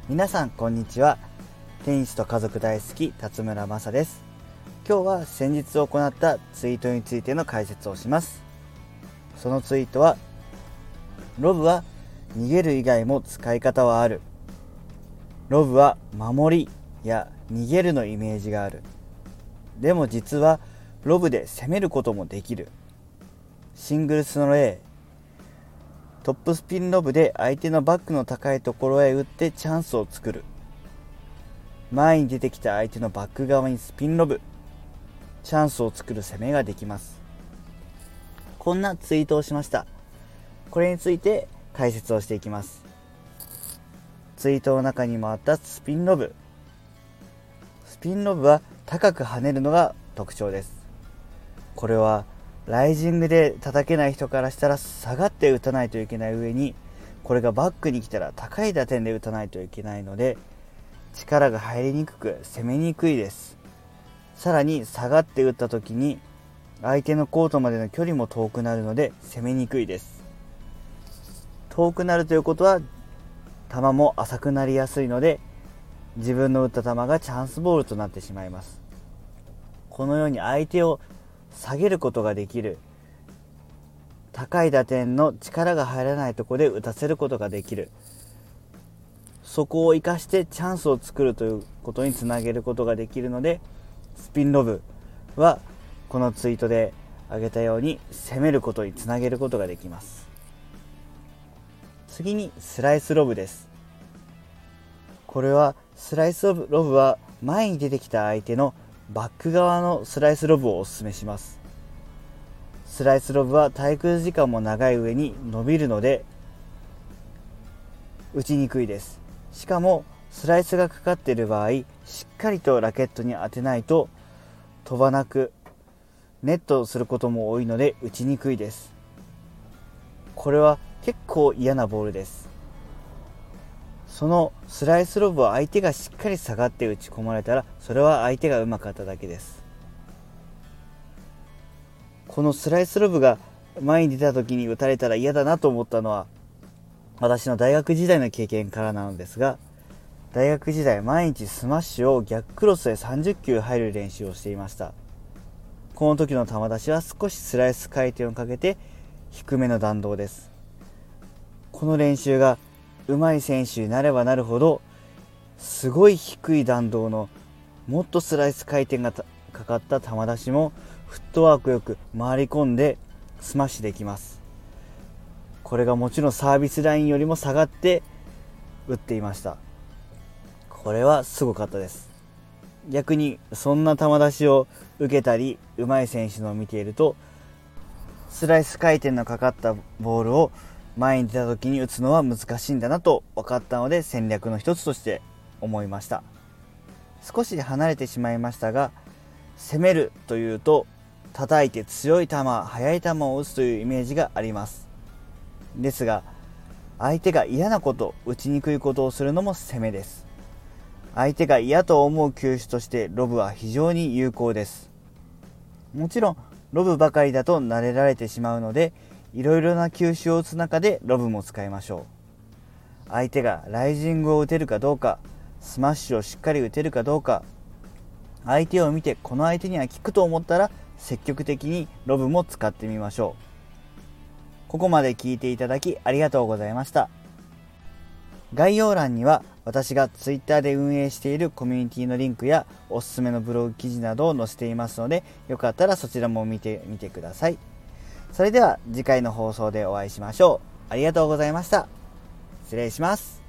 皆さんこんにちは。テニスと家族大好き辰村正です。今日は先日行ったツイートについての解説をします。そのツイートは、ロブは逃げる以外も使い方はある。ロブは守りや逃げるのイメージがある。でも実はロブで攻めることもできる。シングルスの例、トップスピンロブで相手のバックの高いところへ打ってチャンスを作る。前に出てきた相手のバック側にスピンロブ、チャンスを作る攻めができます。こんなツイートをしました。これについて解説をしていきます。ツイートの中にもあったスピンロブ。スピンロブは高く跳ねるのが特徴です。これはライジングで叩けない人からしたら下がって打たないといけない上に、これがバックに来たら高い打点で打たないといけないので、力が入りにくく攻めにくいです。さらに下がって打った時に相手のコートまでの距離も遠くなるので攻めにくいです。遠くなるということは球も浅くなりやすいので、自分の打った球がチャンスボールとなってしまいます。このように相手を下げることができる、高い打点の力が入らないところで打たせることができる、そこを生かしてチャンスを作るということにつなげることができるので、スピンロブはこのツイートで挙げたように攻めることにつなげることができます。次にスライスロブです。これはスライスロブは前に出てきた相手のバック側のスライスロブをお勧めします。スライスロブは滞空時間も長い上に伸びるので打ちにくいです。しかもスライスがかかっている場合、しっかりとラケットに当てないと飛ばなくネットすることも多いので打ちにくいです。これは結構嫌なボールです。そのスライスロブを相手がしっかり下がって打ち込まれたら、それは相手がうまかっただけです。このスライスロブが前に出た時に打たれたら嫌だなと思ったのは、私の大学時代の経験からなのですが、大学時代毎日スマッシュを逆クロスへ30球入る練習をしていました。この時の球出しは少しスライス回転をかけて低めの弾道です。この練習が上手い選手になればなるほど、すごい低い弾道のもっとスライス回転がかかった球出しもフットワークよく回り込んでスマッシュできます。これがもちろんサービスラインよりも下がって打っていました。これはすごかったです。逆にそんな球出しを受けたり上手い選手のを見ていると、スライス回転のかかったボールを前に出た時に打つのは難しいんだなと分かったので、戦略の一つとして思いました。少し離れてしまいましたが、攻めるというと叩いて強い球、速い球を打つというイメージがあります。ですが相手が嫌なこと、打ちにくいことをするのも攻めです。相手が嫌と思う球種としてロブは非常に有効です。もちろんロブばかりだと慣れられてしまうので、いろいろな球種を打つ中でロブも使いましょう。相手がライジングを打てるかどうか、スマッシュをしっかり打てるかどうか、相手を見てこの相手には効くと思ったら積極的にロブも使ってみましょう。ここまで聞いていただきありがとうございました。概要欄には私が Twitter で運営しているコミュニティのリンクやおすすめのブログ記事などを載せていますので、よかったらそちらも見てみてください。それでは次回の放送でお会いしましょう。ありがとうございました。失礼します。